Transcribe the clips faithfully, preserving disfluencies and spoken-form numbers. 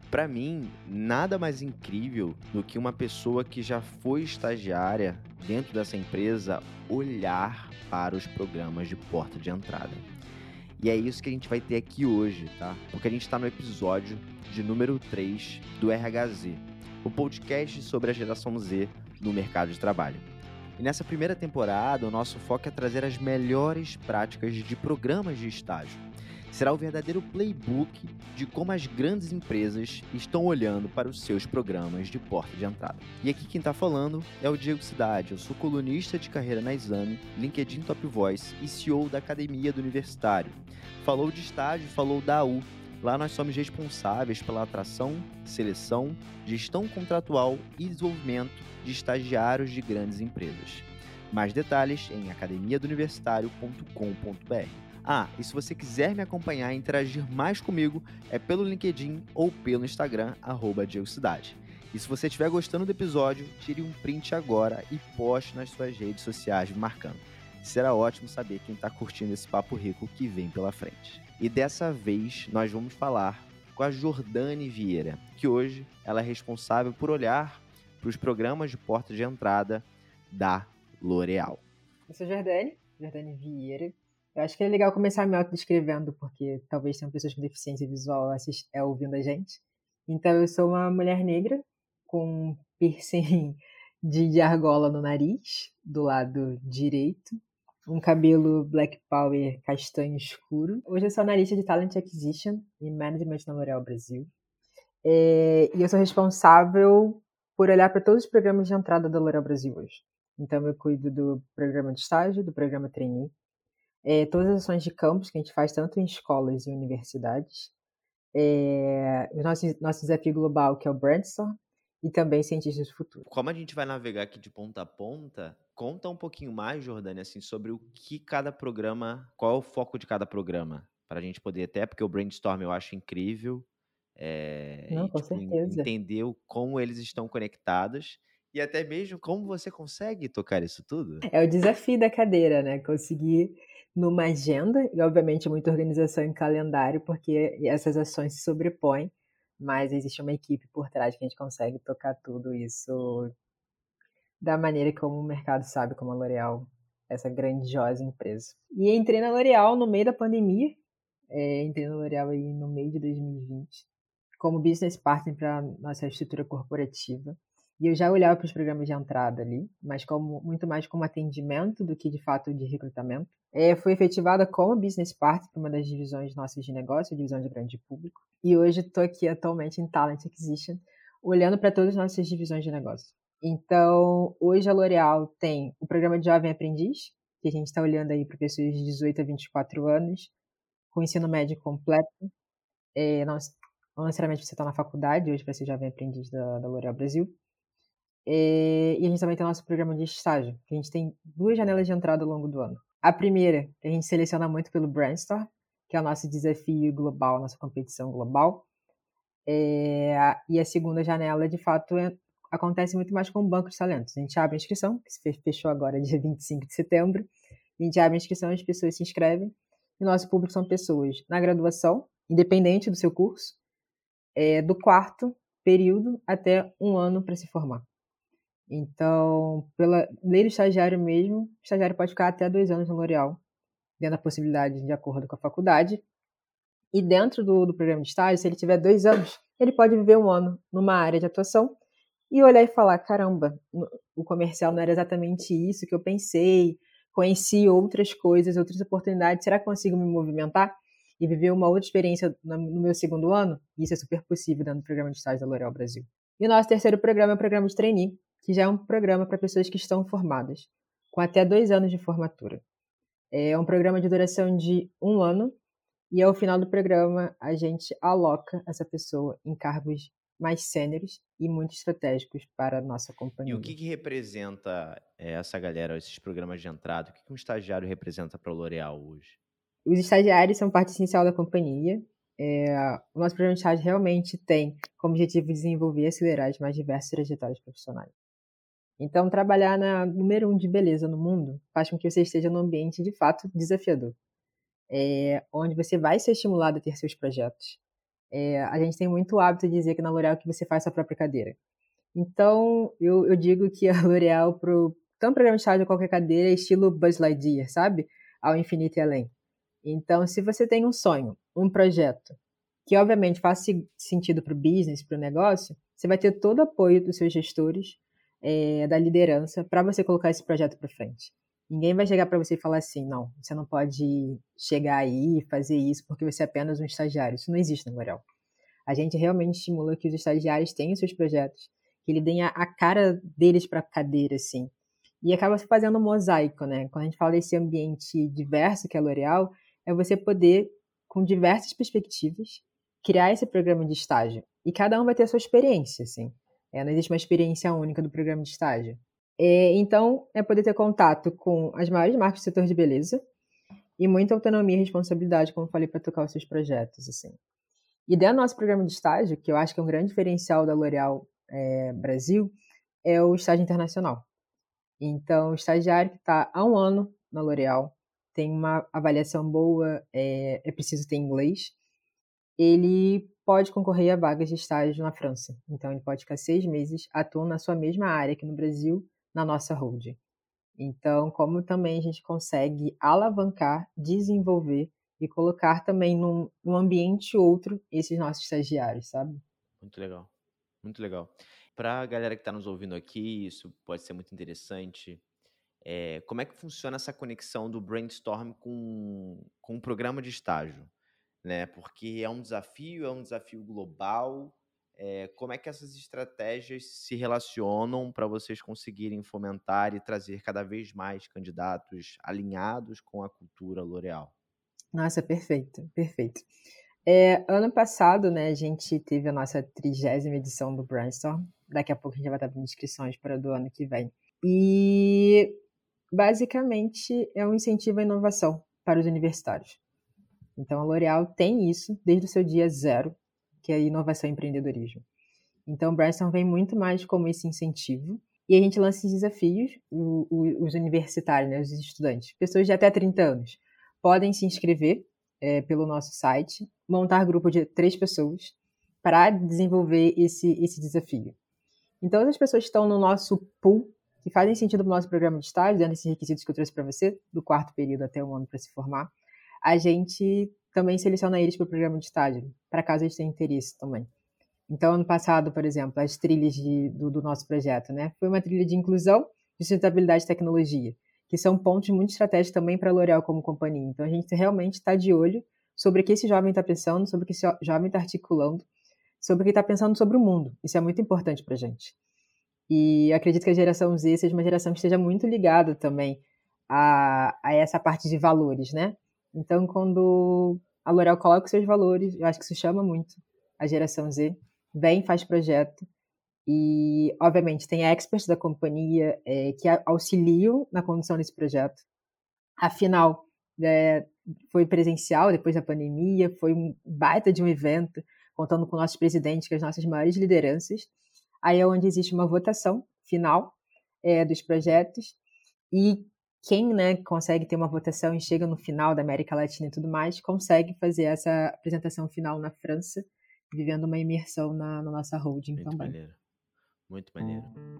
Para mim, nada mais incrível do que uma pessoa que já foi estagiária dentro dessa empresa olhar para os programas de porta de entrada. E é isso que a gente vai ter aqui hoje, tá? Porque a gente está no episódio de número três do R H Z, o podcast sobre a geração Z no mercado de trabalho. E nessa primeira temporada, o nosso foco é trazer as melhores práticas de programas de estágio. Será o verdadeiro playbook de como as grandes empresas estão olhando para os seus programas de porta de entrada. E aqui quem está falando é o Diego Cidade. Eu sou colunista de carreira na Exame, LinkedIn Top Voice e C E O da Academia do Universitário. Falou de estágio, falou da U. Lá nós somos responsáveis pela atração, seleção, gestão contratual e desenvolvimento de estagiários de grandes empresas. Mais detalhes em academia do universitário ponto com ponto b r. Ah, e se você quiser me acompanhar e interagir mais comigo, é pelo LinkedIn ou pelo Instagram, arroba Diego Cidade. E se você estiver gostando do episódio, tire um print agora e poste nas suas redes sociais me marcando. Será ótimo saber quem está curtindo esse papo rico que vem pela frente. E dessa vez nós vamos falar com a Jordane Vieira, que hoje ela é responsável por olhar para os programas de porta de entrada da L'Oréal. Eu sou Jordane, Jordane Vieira. Eu acho que é legal começar me autodescrevendo, porque talvez tenham pessoas com deficiência visual assist- é, ouvindo a gente. Então, eu sou uma mulher negra com um piercing de, de argola no nariz, do lado direito, um cabelo black power castanho escuro. Hoje eu sou analista de Talent Acquisition e Management na L'Oréal Brasil. É, e eu sou responsável por olhar para todos os programas de entrada da L'Oréal Brasil hoje. Então, eu cuido do programa de estágio, do programa trainee, é, todas as ações de campus que a gente faz tanto em escolas e universidades, é, o nosso, nosso desafio global, que é o Brandstorm, e também cientistas do futuro. Como a gente vai navegar aqui de ponta a ponta, conta um pouquinho mais, Jordane, assim, sobre o que cada programa, qual é o foco de cada programa, para a gente poder até, porque o Brainstorm eu acho incrível, é, Não, e com tipo, certeza. entender o- como eles estão conectados e até mesmo como você consegue tocar isso tudo. É o desafio da cadeira, né? Conseguir numa agenda, e obviamente muita organização em calendário, porque essas ações se sobrepõem, mas existe uma equipe por trás que a gente consegue tocar tudo isso da maneira como o mercado sabe, como a L'Oréal, essa grandiosa empresa. E entrei na L'Oréal no meio da pandemia, é, entrei na L'Oréal aí no meio de dois mil e vinte, como business partner para nossa estrutura corporativa. E eu já olhava para os programas de entrada ali, mas como, muito mais como atendimento do que de fato de recrutamento. É, fui efetivada como business partner para uma das divisões nossas de negócio, a divisão de grande público. E hoje estou aqui atualmente em Talent Acquisition, olhando para todas as nossas divisões de negócio. Então, hoje a L'Oréal tem o programa de Jovem Aprendiz, que a gente está olhando aí para pessoas de dezoito a vinte e quatro anos, com ensino médio completo. É, não, não necessariamente você está na faculdade hoje para ser Jovem Aprendiz da, da L'Oréal Brasil. É, e a gente também tem o nosso programa de estágio, que a gente tem duas janelas de entrada ao longo do ano. A primeira, que a gente seleciona muito pelo Brandstorm, que é o nosso desafio global, nossa competição global. É, e a segunda janela, de fato, é, acontece muito mais com o banco de talentos. A gente abre a inscrição, que se fechou agora dia vinte e cinco de setembro. A gente abre a inscrição, as pessoas se inscrevem. E o nosso público são pessoas na graduação, independente do seu curso, é, do quarto período até um ano para se formar. Então, pela lei do estagiário mesmo, o estagiário pode ficar até dois anos no L'Oréal, dentro da possibilidade de acordo com a faculdade. E dentro do, do programa de estágio, se ele tiver dois anos, ele pode viver um ano numa área de atuação e olhar e falar, caramba, o comercial não era exatamente isso que eu pensei, conheci outras coisas, outras oportunidades, será que consigo me movimentar e viver uma outra experiência no meu segundo ano? Isso é super possível dentro do programa de estágio da L'Oréal Brasil. E o nosso terceiro programa é o programa de trainee, que já é um programa para pessoas que estão formadas, com até dois anos de formatura. É um programa de duração de um ano, e ao final do programa a gente aloca essa pessoa em cargos mais sêniores e muito estratégicos para a nossa companhia. E o que, que representa é, essa galera, esses programas de entrada? O que, que um estagiário representa para a L'Oréal hoje? Os estagiários são parte essencial da companhia. É, o nosso programa de estágio realmente tem como objetivo desenvolver e acelerar as mais diversas trajetórias profissionais. Então, trabalhar na número um de beleza no mundo faz com que você esteja num ambiente, de fato, desafiador. É, onde você vai ser estimulado a ter seus projetos, É, a gente tem muito hábito de dizer que na L'Oréal que você faz sua própria cadeira. Então, eu, eu digo que a L'Oréal, pro, tanto programa de estágio ou qualquer cadeira, é estilo Buzz Lightyear, sabe? Ao infinito e além. Então, se você tem um sonho, um projeto, que obviamente faz sentido para o business, para o negócio, você vai ter todo o apoio dos seus gestores, é, da liderança, para você colocar esse projeto para frente. Ninguém vai chegar para você e falar assim, não, você não pode chegar aí e fazer isso porque você é apenas um estagiário. Isso não existe na L'Oréal. A gente realmente estimula que os estagiários tenham seus projetos, que eles deem a, a cara deles para a cadeira, assim. E acaba se fazendo um mosaico, né? Quando a gente fala desse ambiente diverso que é a L'Oréal, é você poder, com diversas perspectivas, criar esse programa de estágio. E cada um vai ter a sua experiência, assim. É, não existe uma experiência única do programa de estágio. É, então, é poder ter contato com as maiores marcas do setor de beleza e muita autonomia e responsabilidade, como eu falei, para tocar os seus projetos, assim. E dentro do nosso programa de estágio, que eu acho que é um grande diferencial da L'Oréal é, Brasil, é o estágio internacional. Então, o estagiário que está há um ano na L'Oréal, tem uma avaliação boa, é, é preciso ter inglês, ele pode concorrer a vagas de estágio na França. Então, ele pode ficar seis meses atuando na sua mesma área aqui no Brasil, na nossa holding. Então, como também a gente consegue alavancar, desenvolver e colocar também num, num ambiente outro esses nossos estagiários, sabe? Muito legal, muito legal. Para a galera que está nos ouvindo aqui, isso pode ser muito interessante. É, como é que funciona essa conexão do brainstorm com, com o programa de estágio? Né? Porque é um desafio, é um desafio global. É, como é que essas estratégias se relacionam para vocês conseguirem fomentar e trazer cada vez mais candidatos alinhados com a cultura L'Oréal? Nossa, perfeito, perfeito. É, ano passado, né, a gente teve a nossa trigésima edição do Brainstorm. Daqui a pouco a gente vai estar abrindo inscrições para do ano que vem. E, basicamente, é um incentivo à inovação para os universitários. Então, a L'Oréal tem isso desde o seu dia zero, que é a inovação e empreendedorismo. Então, o Brainstorm vem muito mais como esse incentivo. E a gente lança esses desafios, o, o, os universitários, né, os estudantes, pessoas de até trinta anos, podem se inscrever é, pelo nosso site, montar grupo de três pessoas para desenvolver esse, esse desafio. Então, as pessoas que estão no nosso pool, que fazem sentido para o nosso programa de estágio, dentro desses requisitos que eu trouxe para você, do quarto período até o ano para se formar, a gente também seleciona eles para o programa de estágio, para caso eles tenham interesse também. Então, ano passado, por exemplo, as trilhas de, do, do nosso projeto, né? Foi uma trilha de inclusão, de sustentabilidade e tecnologia, que são pontos muito estratégicos também para a L'Oréal como companhia. Então, a gente realmente está de olho sobre o que esse jovem está pensando, sobre o que esse jovem está articulando, sobre o que está pensando sobre o mundo. Isso é muito importante para a gente. E acredito que a geração Z seja uma geração que esteja muito ligada também a, a essa parte de valores, né? Então, quando a L'Oréal coloca os seus valores, eu acho que isso chama muito a geração Z, vem, faz projeto e, obviamente, tem experts da companhia é, que auxiliam na condução desse projeto. Afinal, é, foi presencial depois da pandemia, foi um baita de um evento, contando com nossos presidentes, com as nossas maiores lideranças. Aí é onde existe uma votação final é, dos projetos e quem, né, consegue ter uma votação e chega no final da América Latina e tudo mais, consegue fazer essa apresentação final na França, vivendo uma imersão na, na nossa holding Muito também. maneiro. Muito maneiro.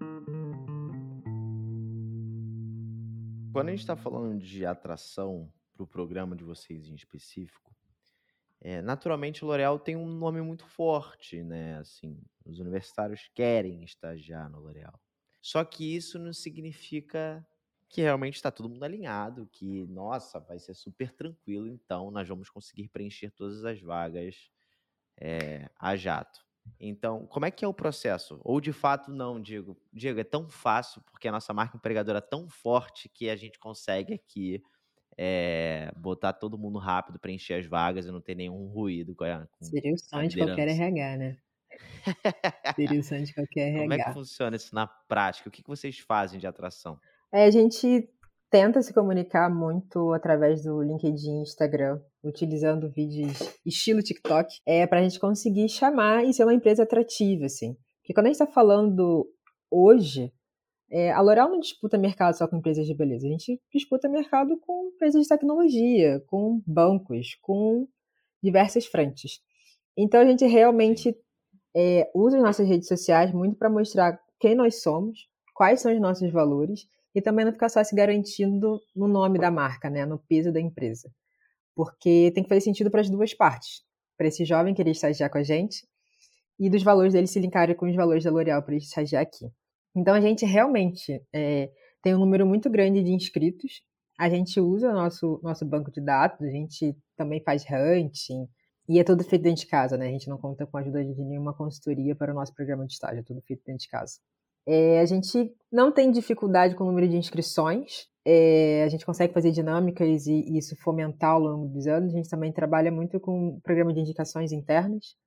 Quando a gente está falando de atração para o programa de vocês em específico, é, naturalmente o L'Oréal tem um nome muito forte, né? Assim, os universitários querem estagiar no L'Oréal. Só que isso não significa que realmente está todo mundo alinhado, que, nossa, vai ser super tranquilo, então nós vamos conseguir preencher todas as vagas é, a jato. Então, como é que é o processo? Ou de fato não, Diego? Diego, é tão fácil, porque a nossa marca empregadora é tão forte que a gente consegue aqui é, botar todo mundo rápido, preencher as vagas e não ter nenhum ruído com a, com Seria o a sonho de qualquer liderança. R H, né? Seria o sonho de qualquer Como é que R H. funciona isso na prática? O que que vocês fazem de atração? É, a gente tenta se comunicar muito através do LinkedIn, Instagram, utilizando vídeos estilo TikTok, é, para a gente conseguir chamar e ser uma empresa atrativa, assim. Porque quando a gente está falando hoje, é, a L'Oréal não disputa mercado só com empresas de beleza, a gente disputa mercado com empresas de tecnologia, com bancos, com diversas frentes. Então, a gente realmente é, usa as nossas redes sociais muito para mostrar quem nós somos, quais são os nossos valores, e também não ficar só se garantindo no nome da marca, né, no peso da empresa. Porque tem que fazer sentido para as duas partes. Para esse jovem querer estagiar com a gente e dos valores dele se linkarem com os valores da L'Oréal para ele estagiar aqui. Então, a gente realmente é, tem um número muito grande de inscritos. A gente usa o nosso, nosso banco de dados, a gente também faz hunting, e é tudo feito dentro de casa, né? A gente não conta com a ajuda de nenhuma consultoria para o nosso programa de estágio, é tudo feito dentro de casa. É, a gente não tem dificuldade com o número de inscrições, é, a gente consegue fazer dinâmicas e, e isso fomentar ao longo dos anos. A gente também trabalha muito com o programa de indicações internas.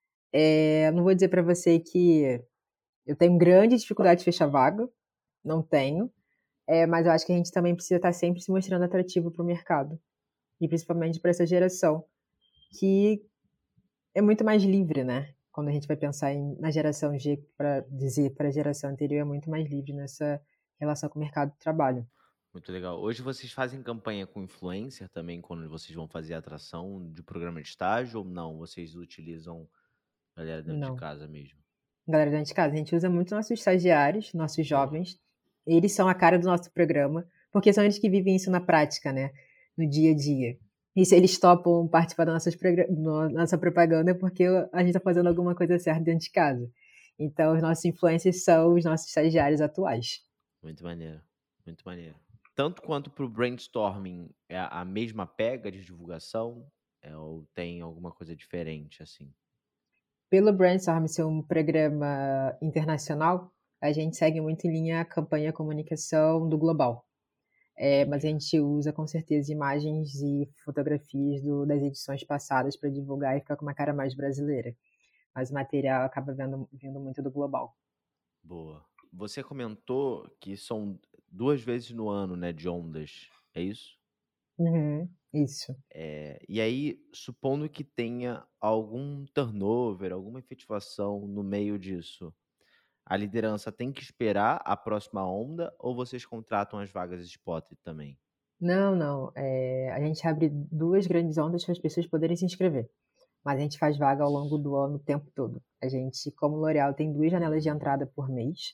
É, não vou dizer para você que eu tenho grande dificuldade de fechar vaga, não tenho, é, mas eu acho que a gente também precisa estar sempre se mostrando atrativo para o mercado, e principalmente para essa geração, que é muito mais livre, né? Quando a gente vai pensar em, na geração G, para dizer para a geração anterior, é muito mais livre nessa relação com o mercado de trabalho. Muito legal. Hoje vocês fazem campanha com influencer também quando vocês vão fazer a atração de programa de estágio ou não? Vocês utilizam galera dentro de Não. casa mesmo? Galera dentro de casa, a gente usa muito nossos estagiários, nossos jovens. Eles são a cara do nosso programa, porque são eles que vivem isso na prática, né? No dia a dia. E se eles topam participar da nossas nossa propaganda é porque a gente está fazendo alguma coisa certa dentro de casa. Então, os nossos influencers são os nossos estagiários atuais. Muito maneiro, muito maneiro. Tanto quanto para o brainstorming, é a mesma pega de divulgação? É, ou tem alguma coisa diferente, assim? Pelo Brainstorm ser um programa internacional, a gente segue muito em linha a campanha comunicação do global. É, mas a gente usa com certeza imagens e fotografias do, das edições passadas para divulgar e ficar com uma cara mais brasileira. Mas o material acaba vendo, vindo muito do global. Boa. Você comentou que são duas vezes no ano, né, de ondas, é isso? Uhum, isso. É, e aí, supondo que tenha algum turnover, alguma efetivação no meio disso, a liderança tem que esperar a próxima onda ou vocês contratam as vagas spot também? Não, não. É, a gente abre duas grandes ondas para as pessoas poderem se inscrever. Mas a gente faz vaga ao longo do ano o tempo todo. A gente, como L'Oréal, tem duas janelas de entrada por mês.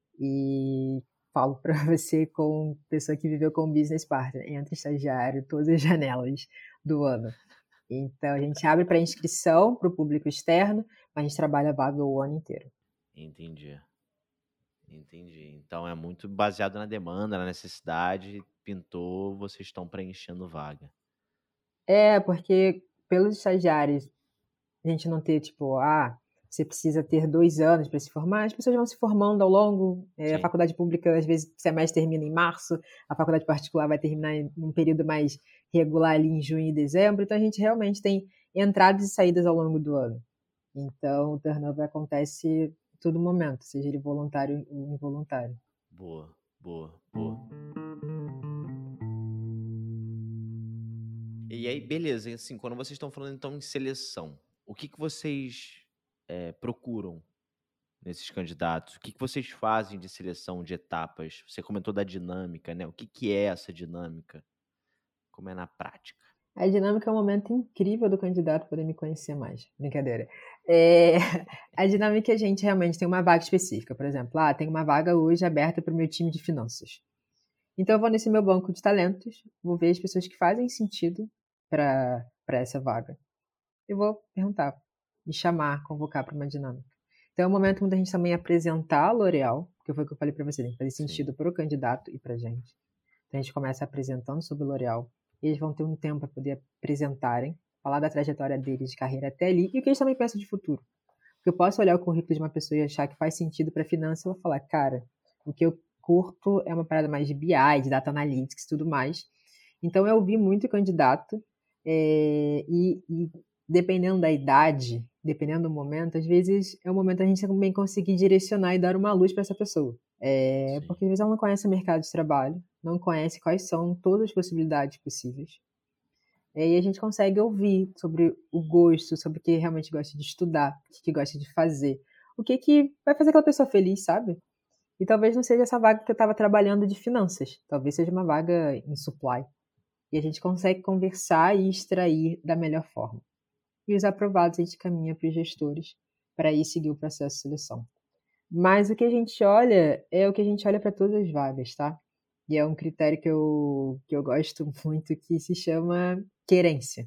E falo para você, com pessoa que viveu com business partner, entre estagiário, todas as janelas do ano. Então, a gente abre para inscrição para o público externo, mas a gente trabalha vaga o ano inteiro. Entendi. Entendi. Então é muito baseado na demanda, na necessidade. Pintou, vocês estão preenchendo vaga. É, porque pelos estagiários, a gente não ter, tipo, ah, você precisa ter dois anos para se formar, as pessoas vão se formando ao longo. É, a faculdade pública, às vezes, o semestre termina em março, a faculdade particular vai terminar em um período mais regular ali em junho e dezembro, então a gente realmente tem entradas e saídas ao longo do ano. Então, o turnover acontece a todo momento, seja ele voluntário ou involuntário. Boa, boa, boa. E aí, beleza, assim, quando vocês estão falando então em seleção, o que, que vocês é, procuram nesses candidatos? O que, que vocês fazem de seleção de etapas? Você comentou da dinâmica, né? O que, que é essa dinâmica? Como é na prática? A dinâmica é um momento incrível do candidato poder me conhecer mais. Brincadeira. É, a dinâmica é a gente realmente tem uma vaga específica. Por exemplo, ah, tem uma vaga hoje aberta para o meu time de finanças. Então eu vou nesse meu banco de talentos, vou ver as pessoas que fazem sentido para essa vaga. Eu vou perguntar, e chamar, convocar para uma dinâmica. Então é um momento onde a gente também apresentar a L'Oréal, que foi o que eu falei para você, tem que fazer sentido para o candidato e para a gente. Então a gente começa apresentando sobre o L'Oréal. Eles vão ter um tempo para poder apresentarem, falar da trajetória deles de carreira até ali e o que eles também pensam de futuro. Porque eu posso olhar o currículo de uma pessoa e achar que faz sentido para finança, eu vou falar, cara, o que eu curto é uma parada mais de B I, de Data Analytics e tudo mais. Então eu ouvi muito candidato é, e, e dependendo da idade, dependendo do momento, às vezes é o momento da gente também conseguir direcionar e dar uma luz para essa pessoa. É, porque às vezes ela não conhece o mercado de trabalho, não conhece quais são todas as possibilidades possíveis. É, e a gente consegue ouvir sobre o gosto, sobre o que realmente gosta de estudar, o que, que gosta de fazer, o que, que vai fazer aquela pessoa feliz, sabe? E talvez não seja essa vaga que eu estava trabalhando de finanças, talvez seja uma vaga em supply. E a gente consegue conversar e extrair da melhor forma. e os aprovados a gente caminha para os gestores para ir seguir o processo de seleção. Mas o que a gente olha é o que a gente olha para todas as vagas, tá? E é um critério que eu, que eu gosto muito, que se chama querência.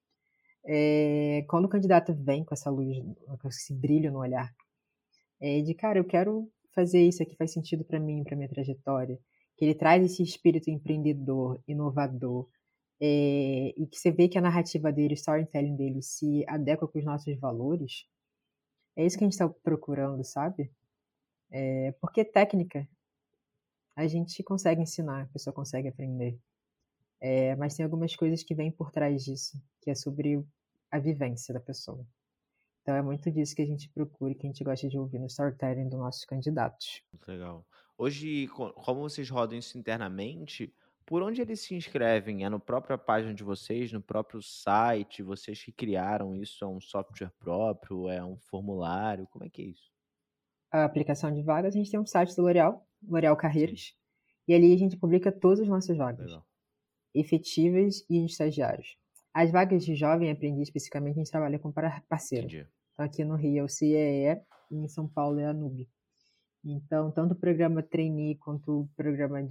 É, quando o candidato vem com essa luz, com esse brilho no olhar, é de, cara, eu quero fazer isso aqui, faz sentido para mim, para minha trajetória, que ele traz esse espírito empreendedor, inovador, é, e que você vê que a narrativa dele, o storytelling dele se adequa com os nossos valores, é isso que a gente está procurando, sabe? É, porque técnica a gente consegue ensinar, a pessoa consegue aprender. É, mas tem algumas coisas que vêm por trás disso, que é sobre a vivência da pessoa. Então é muito disso que a gente procura e que a gente gosta de ouvir no storytelling dos nossos candidatos. Muito legal. Hoje, co- como vocês rodam isso internamente, por onde eles se inscrevem? É no própria página de vocês, no próprio site? Vocês que criaram isso? É um software próprio? É um formulário? Como é que é isso? A aplicação de vagas, a gente tem um site do L'Oréal, L'Oréal Sim, Carreiras, e ali a gente publica todas as nossas vagas, legal. efetivas e de estagiários. As vagas de jovem aprendiz, especificamente, a gente trabalha com par- parceiro. Entendi. Então, aqui no Rio é o C E E e em São Paulo é a Nube. Então, tanto o programa trainee quanto o programa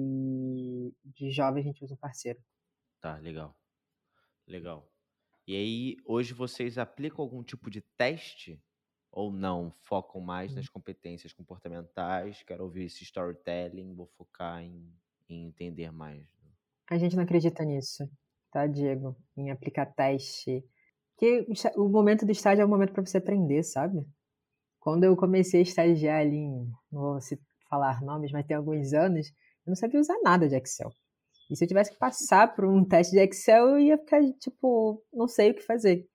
de, de jovem, a gente usa um parceiro. Tá, legal. Legal. E aí, hoje vocês aplicam algum tipo de teste ou não? Focam mais nas competências comportamentais? Quero ouvir esse storytelling, vou focar em, em entender mais. A gente não acredita nisso, tá, Diego? Em aplicar teste. Porque o esta- o momento do estágio é o momento para você aprender, sabe? Quando eu comecei a estagiar ali, em, não vou se- falar nomes, mas tem alguns anos, eu não sabia usar nada de Excel. E se eu tivesse que passar por um teste de Excel, eu ia ficar, tipo, não sei o que fazer.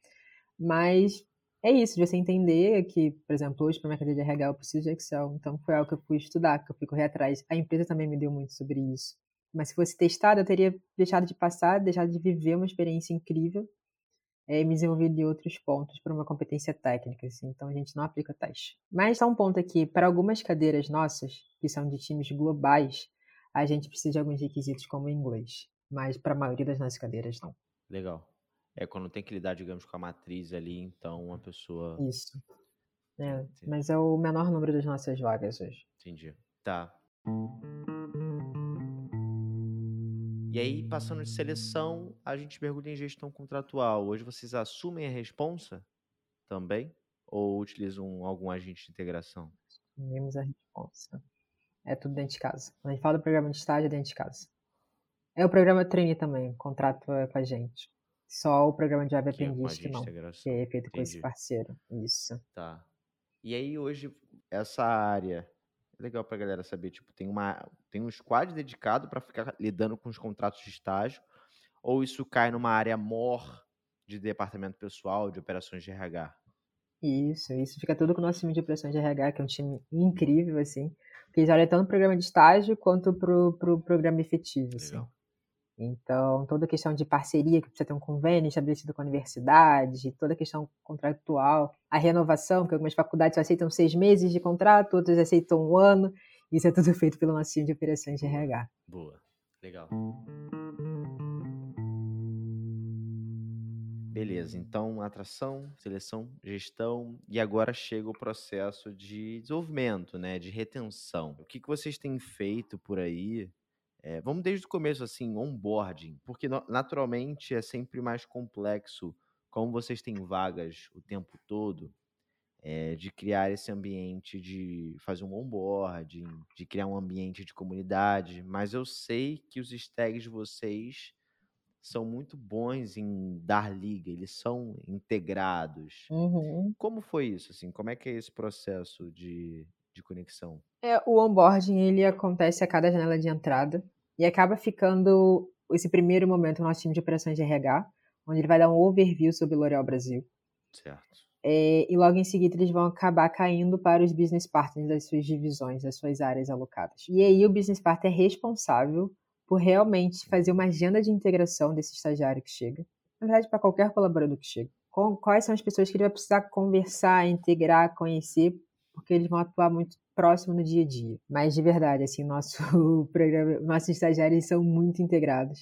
Mas é isso, de você entender que, por exemplo, hoje para minha cadeira de R H eu preciso de Excel. Então foi algo que eu fui estudar, que eu fui correr atrás. A empresa também me deu muito sobre isso. Mas se fosse testado, eu teria deixado de passar, deixado de viver uma experiência incrível é, e me desenvolvido em outros pontos para uma competência técnica. Assim. Então a gente não aplica teste. Mas só um ponto aqui, para algumas cadeiras nossas, que são de times globais, a gente precisa de alguns requisitos como inglês. Mas para a maioria das nossas cadeiras, não. Legal. É quando tem que lidar, digamos, com a matriz ali, então uma pessoa. Isso. É, Entendi. mas é o menor número das nossas vagas hoje. Entendi. Tá. E aí, passando de seleção, a gente mergulha em gestão contratual. Hoje vocês assumem a responsa também? Ou utilizam algum agente de integração? Temos a resposta. É tudo dentro de casa. Quando a gente fala do programa de estágio, é dentro de casa. É o programa trainee também, o contrato é com a gente. Só o programa de Jovem Que é com Aprendiz que agente de não, que integração. é feito com esse Entendi. parceiro. Isso. Tá. E aí, hoje, essa área. É legal pra galera saber, tipo, tem uma, tem um squad dedicado para ficar lidando com os contratos de estágio, ou isso cai numa área maior de departamento pessoal, de operações de R H? Isso, isso fica tudo com o nosso time de operações de R H, que é um time incrível, assim. Porque eles olham tanto pro programa de estágio quanto pro, pro programa efetivo, assim. Legal. Então, toda a questão de parceria, que precisa ter um convênio estabelecido com a universidade, toda a questão contratual, a renovação, que algumas faculdades só aceitam seis meses de contrato, outras aceitam um ano. Isso é tudo feito pelo nosso time de operações de Boa. R H. Boa. Legal. Beleza, então atração, seleção, gestão e agora chega o processo de desenvolvimento, né, de retenção. O que que vocês têm feito por aí? É, vamos desde o começo, assim, onboarding, porque no- naturalmente é sempre mais complexo, como vocês têm vagas o tempo todo, é, de criar esse ambiente de fazer um onboarding, de criar um ambiente de comunidade, mas eu sei que os stags de vocês são muito bons em dar liga, eles são integrados. Uhum. Como foi isso, assim? Como é que é esse processo de, de conexão? É, o onboarding, ele acontece a cada janela de entrada e acaba ficando esse primeiro momento no nosso time de operações de R H, onde ele vai dar um overview sobre o L'Oréal Brasil. Certo. É, e logo em seguida eles vão acabar caindo para os business partners das suas divisões, das suas áreas alocadas. E aí o business partner é responsável por realmente fazer uma agenda de integração desse estagiário que chega. Na verdade, para qualquer colaborador que chega. Com, quais são as pessoas que ele vai precisar conversar, integrar, conhecer, porque eles vão atuar muito próximo no dia a dia. Mas de verdade, assim, nosso programa, nossos estagiários são muito integrados.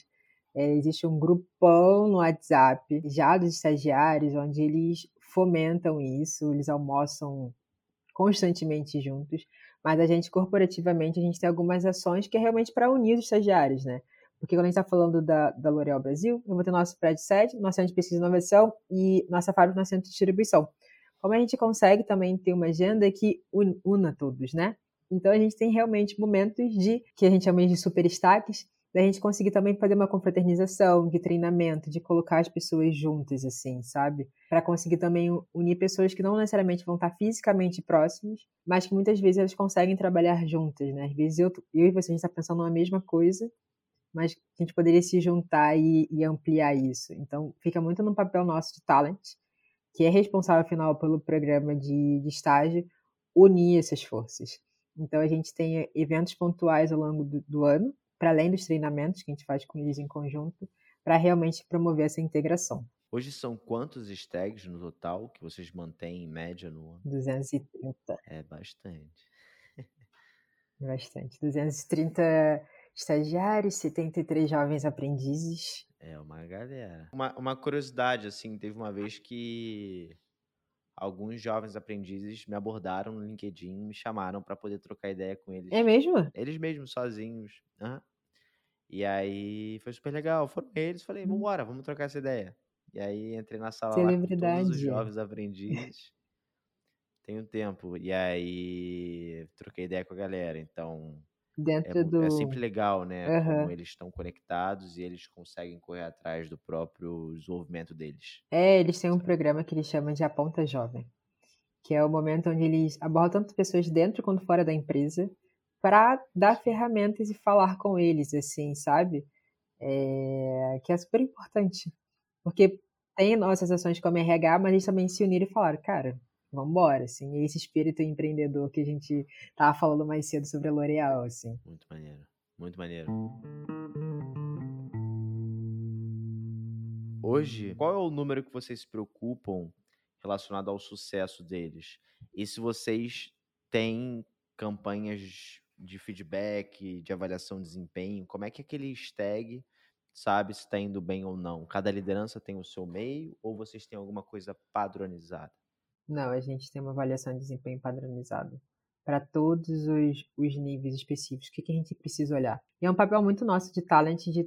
É, existe um grupão no WhatsApp já dos estagiários, onde eles fomentam isso, eles almoçam constantemente juntos, mas a gente, corporativamente, a gente tem algumas ações que é realmente para unir os estagiários, né? Porque quando a gente está falando da, da L'Oréal Brasil, eu vou ter nosso prédio sede, nosso centro de pesquisa e inovação e nossa fábrica, nosso centro de distribuição. Como a gente consegue também ter uma agenda que una todos, né? Então a gente tem realmente momentos de, que a gente chama de super destaques, da gente conseguir também fazer uma confraternização, de treinamento, de colocar as pessoas juntas, assim, sabe? Para conseguir também unir pessoas que não necessariamente vão estar fisicamente próximas, mas que muitas vezes elas conseguem trabalhar juntas, né? Às vezes eu, eu e você, a gente está pensando na mesma coisa, mas a gente poderia se juntar e, e ampliar isso. Então, fica muito no papel nosso de talent, que é responsável, afinal, pelo programa de, de estágio, unir essas forças. Então, a gente tem eventos pontuais ao longo do, do ano, para além dos treinamentos que a gente faz com eles em conjunto, para realmente promover essa integração. Hoje são quantos stags no total que vocês mantêm em média no ano? duzentos e trinta. É bastante. Bastante. duzentos e trinta estagiários, setenta e três jovens aprendizes. É uma galera. Uma, uma curiosidade, assim, teve uma vez que alguns jovens aprendizes me abordaram no LinkedIn, me chamaram para poder trocar ideia com eles. É mesmo? Eles mesmos, sozinhos. Uhum. E aí foi super legal. Foram eles, falei, vambora, vamos trocar essa ideia. E aí entrei na sala lá com todos os jovens aprendizes. Tem um tempo. E aí troquei ideia com a galera. Então Dentro é, do... é sempre legal, né? Uhum. Como eles estão conectados e eles conseguem correr atrás do próprio desenvolvimento deles. É, eles têm um programa que eles chamam de Aponta Jovem, que é o momento onde eles abordam tanto pessoas dentro quanto fora da empresa para dar ferramentas e falar com eles, assim, sabe? É, que é super importante. Porque tem nossas ações como R H, mas eles também se uniram e falaram, cara, vamos embora, assim. E esse espírito empreendedor que a gente tava falando mais cedo sobre a L'Oréal, assim. Muito maneiro, muito maneiro. Hoje, qual é o número que vocês se preocupam relacionado ao sucesso deles? E se vocês têm campanhas de feedback, de avaliação de desempenho, como é que aquele stag sabe se está indo bem ou não? Cada liderança tem o seu meio ou vocês têm alguma coisa padronizada? Não, a gente tem uma avaliação de desempenho padronizada para todos os, os níveis específicos. O que, que a gente precisa olhar? E é um papel muito nosso de talent de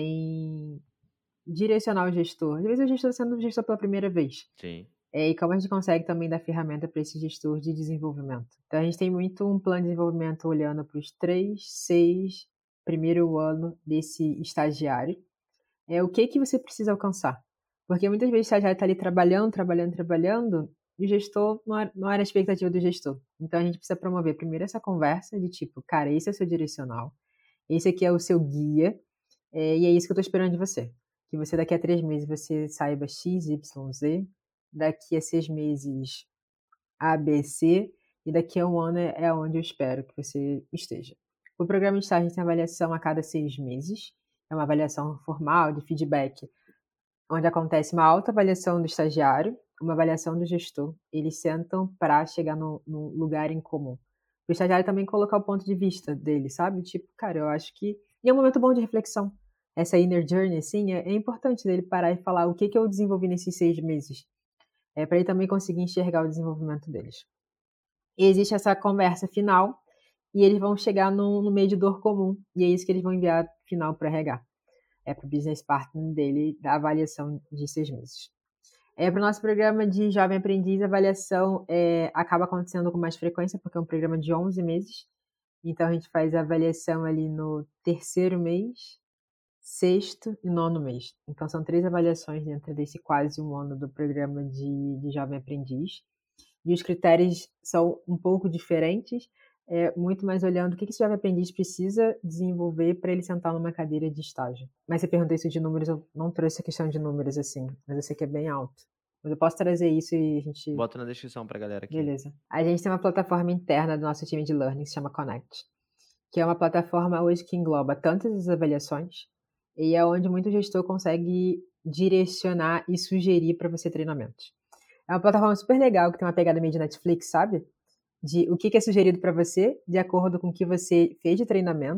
também direcionar o gestor. Às vezes o gestor está sendo o gestor pela primeira vez. Sim. É, e como a gente consegue também dar ferramenta para esse gestor de desenvolvimento. Então a gente tem muito um plano de desenvolvimento olhando para os três, seis, primeiro ano desse estagiário. É o que, que você precisa alcançar. Porque muitas vezes o estagiário está ali trabalhando, trabalhando, trabalhando, e o gestor não era, não era a expectativa do gestor. Então a gente precisa promover primeiro essa conversa de tipo, cara, esse é o seu direcional, esse aqui é o seu guia, é, e é isso que eu estou esperando de você. Que você daqui a três meses você saiba X, Y, Z, daqui a seis meses A, B, C, e daqui a um ano é, é onde eu espero que você esteja. O programa de estágio tem avaliação a cada seis meses, é uma avaliação formal de feedback, onde acontece uma autoavaliação do estagiário, uma avaliação do gestor. Eles sentam para chegar no, no lugar em comum. O estagiário também colocar o ponto de vista dele, sabe? Tipo, cara, eu acho que... E é um momento bom de reflexão. Essa inner journey, assim, é, é importante dele parar e falar o que, que eu desenvolvi nesses seis meses. É para ele também conseguir enxergar o desenvolvimento deles. E existe essa conversa final e eles vão chegar no, no medidor comum. E é isso que eles vão enviar final para o R H. É para o business partner dele da avaliação de seis meses. É, para o nosso programa de jovem aprendiz, a avaliação é, acaba acontecendo com mais frequência, porque é um programa de onze meses. Então, a gente faz a avaliação ali no terceiro mês, sexto e nono mês. Então, são três avaliações dentro desse quase um ano do programa de, de jovem aprendiz. E os critérios são um pouco diferentes, é, muito mais olhando o que esse jovem aprendiz precisa desenvolver para ele sentar numa cadeira de estágio. Mas você perguntou isso de números, eu não trouxe a questão de números assim, mas eu sei que é bem alto. Mas eu posso trazer isso e a gente... Bota na descrição pra galera aqui. Beleza. A gente tem uma plataforma interna do nosso time de learning que se chama Connect, que é uma plataforma hoje que engloba tantas as avaliações e é onde muito gestor consegue direcionar e sugerir para você treinamentos. É uma plataforma super legal que tem uma pegada meio de Netflix, sabe? De o que é sugerido para você, de acordo com o que você fez de treinamento,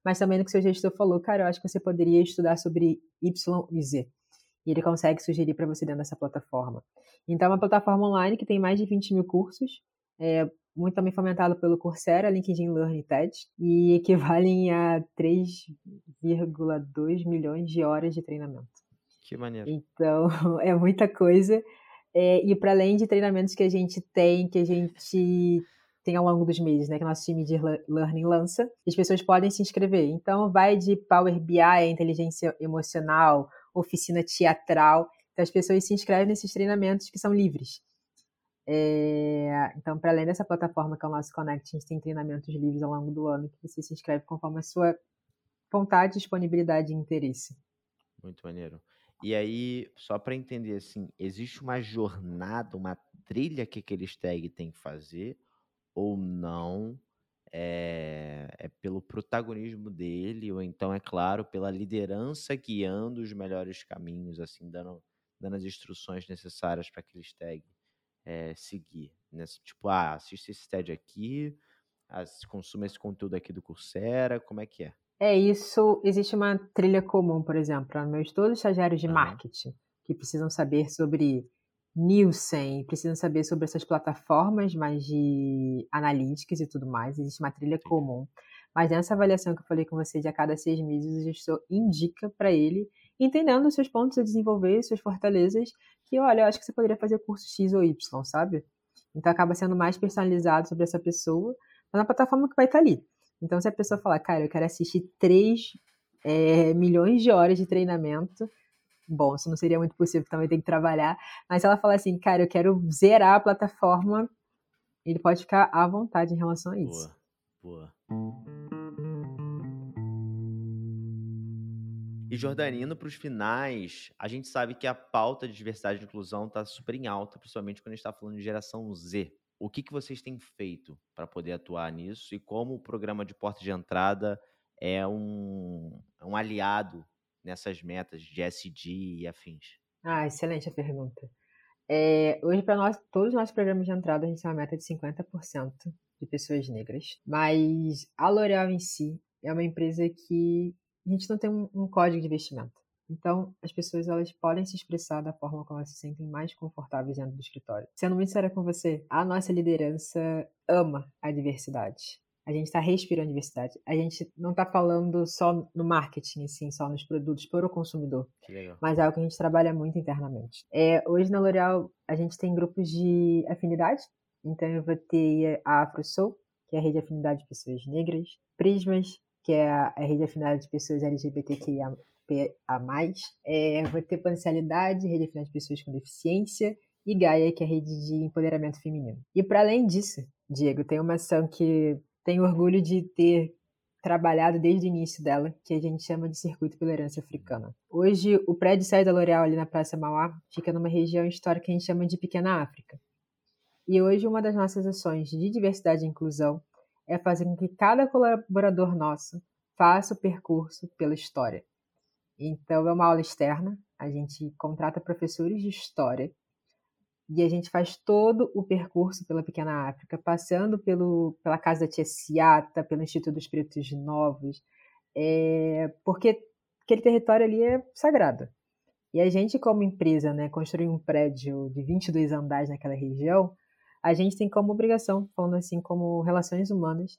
mas também no que o seu gestor falou, cara, eu acho que você poderia estudar sobre Y e Z. E ele consegue sugerir para você dentro dessa plataforma. Então, é uma plataforma online que tem mais de vinte mil cursos, é, muito também fomentado pelo Coursera, LinkedIn Learning e TED, e equivalem a três vírgula dois milhões de horas de treinamento. Que maneiro. Então, é muita coisa. É, e para além de treinamentos que a gente tem, que a gente tem ao longo dos meses, né, que o nosso time de learning lança, as pessoas podem se inscrever. Então, vai de Power B I, inteligência emocional, oficina teatral. Então, as pessoas se inscrevem nesses treinamentos que são livres. É, então, para além dessa plataforma que é o nosso Connect, a gente tem treinamentos livres ao longo do ano que você se inscreve conforme a sua vontade, disponibilidade e interesse. Muito maneiro. E aí, só para entender, assim, existe uma jornada, uma trilha que aquele stag tem que fazer ou não? É, é pelo protagonismo dele, ou então, é claro, pela liderança guiando os melhores caminhos, assim, dando, dando as instruções necessárias para aquele stag é, seguir. Nesse, tipo, ah, assiste esse TED aqui, as, consuma esse conteúdo aqui do Coursera, como é que é? É isso, existe uma trilha comum, por exemplo, para meus todos os estagiários de Aham. marketing, que precisam saber sobre Nielsen, precisam saber sobre essas plataformas mais de analíticas e tudo mais, existe uma trilha Entendi. comum. Mas nessa avaliação que eu falei com você de a cada seis meses, o gestor indica para ele, entendendo os seus pontos a desenvolver, suas fortalezas, que, olha, eu acho que você poderia fazer curso X ou Y, sabe? Então acaba sendo mais personalizado sobre essa pessoa, na plataforma que vai estar ali. Então, se a pessoa falar, cara, eu quero assistir três é, milhões de horas de treinamento, bom, isso não seria muito possível, também tem que trabalhar, mas se ela falar assim, cara, eu quero zerar a plataforma, ele pode ficar à vontade em relação a isso. Boa, boa. E Jordane, indo para os finais, a gente sabe que a pauta de diversidade e inclusão está super em alta, principalmente quando a gente está falando de geração Z. O que, que vocês têm feito para poder atuar nisso e como o programa de porta de entrada é um, é um aliado nessas metas de S D e afins? Ah, excelente a pergunta. É, hoje, para nós, todos os nossos programas de entrada, a gente tem uma meta de cinquenta por cento de pessoas negras, mas a L'Oréal em si é uma empresa que a gente não tem um, um código de investimento. Então, as pessoas elas podem se expressar da forma como elas se sentem mais confortáveis dentro do escritório. Sendo muito séria com você, a nossa liderança ama a diversidade. A gente está respirando diversidade. A gente não está falando só no marketing, assim, só nos produtos para o consumidor. Que legal. Mas é algo que a gente trabalha muito internamente. É, hoje na L'Oréal a gente tem grupos de afinidade. Então eu vou ter a AfroSoul, que é a rede de afinidade de pessoas negras. Prismas, que é a, a rede de afinidade de pessoas L G B T Q I A mais. É, vou ter Potencialidade, rede de afinidade de pessoas com deficiência. E Gaia, que é a rede de empoderamento feminino. E para além disso, Diego, tem uma ação que tenho orgulho de ter trabalhado desde o início dela, que a gente chama de Circuito pela Herança Africana. Hoje, o prédio sede da L'Oréal ali na Praça Mauá fica numa região histórica que a gente chama de Pequena África. E hoje, uma das nossas ações de diversidade e inclusão é fazer com que cada colaborador nosso faça o percurso pela história. Então, é uma aula externa, a gente contrata professores de história e a gente faz todo o percurso pela Pequena África, passando pelo, pela Casa da Tia Ciata, pelo Instituto dos Pretos Novos, é, porque aquele território ali é sagrado. E a gente, como empresa, né, construir um prédio de vinte e dois andares naquela região, a gente tem como obrigação, falando assim, como relações humanas,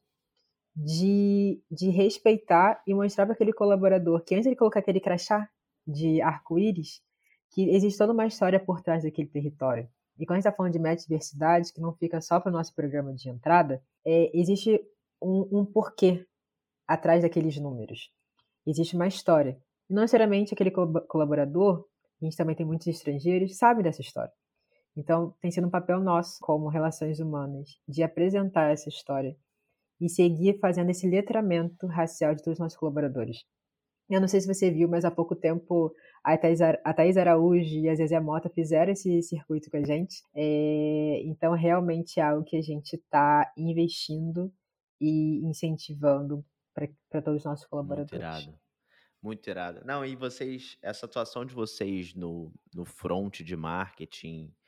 de, de respeitar e mostrar para aquele colaborador que antes de colocar aquele crachá de arco-íris, que existe toda uma história por trás daquele território. E quando a gente está falando de meta de diversidade, que não fica só para o nosso programa de entrada, é, existe um, um porquê atrás daqueles números. Existe uma história. E não necessariamente aquele colaborador, a gente também tem muitos estrangeiros, sabe dessa história. Então, tem sido um papel nosso, como relações humanas, de apresentar essa história e seguir fazendo esse letramento racial de todos os nossos colaboradores. Eu não sei se você viu, mas há pouco tempo a Thaís, a Thaís Araújo e a Zezé Mota fizeram esse circuito com a gente. É, então, realmente é algo que a gente está investindo e incentivando para todos os nossos colaboradores. Muito irado. Muito irado. Não, e vocês, essa atuação de vocês no, no front de marketing,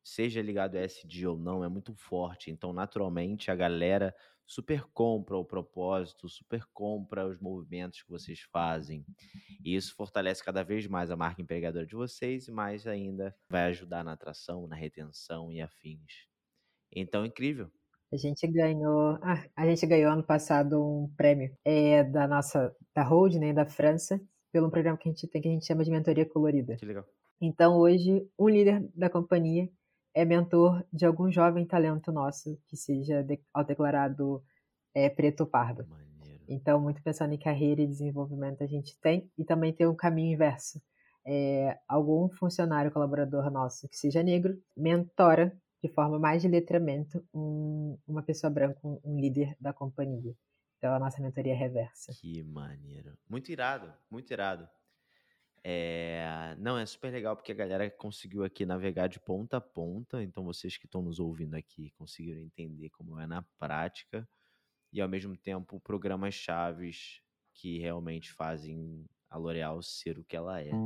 seja ligado a E S G ou não, é muito forte. Então, naturalmente, a galera super compra o propósito, super compra os movimentos que vocês fazem. E isso fortalece cada vez mais a marca empregadora de vocês e mais ainda vai ajudar na atração, na retenção e afins. Então, incrível. A gente ganhou, ah, a gente ganhou ano passado um prêmio é, da nossa, da Hold, né, da França, pelo programa que a gente tem que a gente chama de mentoria colorida. Que legal. Então, hoje, um líder da companhia é mentor de algum jovem talento nosso que seja de, autodeclarado é, preto ou pardo. Maneiro. Então, muito pensando em carreira e desenvolvimento a gente tem, e também tem um caminho inverso. É, algum funcionário colaborador nosso que seja negro mentora de forma mais de letramento um, uma pessoa branca, um, um líder da companhia. Então, a nossa mentoria é reversa. Que maneiro. Muito irado, muito irado. É... Não, é super legal porque a galera conseguiu aqui navegar de ponta a ponta. Então, vocês que estão nos ouvindo aqui conseguiram entender como é na prática. E, ao mesmo tempo, programas chaves que realmente fazem a L'Oréal ser o que ela é.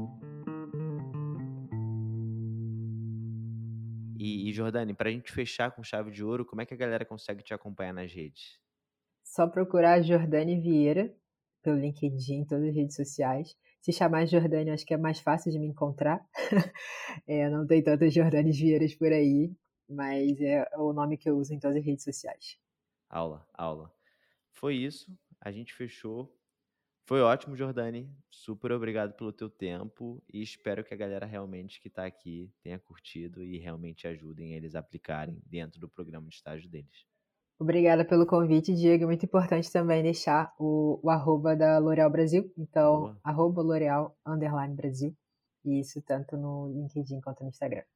E, e Jordane, pra gente fechar com chave de ouro, como é que a galera consegue te acompanhar nas redes? Só procurar Jordane Vieira pelo LinkedIn, em todas as redes sociais. Se chamar Jordane, acho que é mais fácil de me encontrar. É, não tem tantas Jordanes Vieiras por aí, mas é o nome que eu uso em todas as redes sociais. Aula, aula. Foi isso, a gente fechou. Foi ótimo, Jordane. Super obrigado pelo teu tempo e espero que a galera realmente que está aqui tenha curtido e realmente ajudem eles a aplicarem dentro do programa de estágio deles. Obrigada pelo convite, Diego. É muito importante também deixar o, o arroba da L'Oréal Brasil. Então, Boa. arroba L'Oréal underline Brasil. E isso tanto no LinkedIn quanto no Instagram.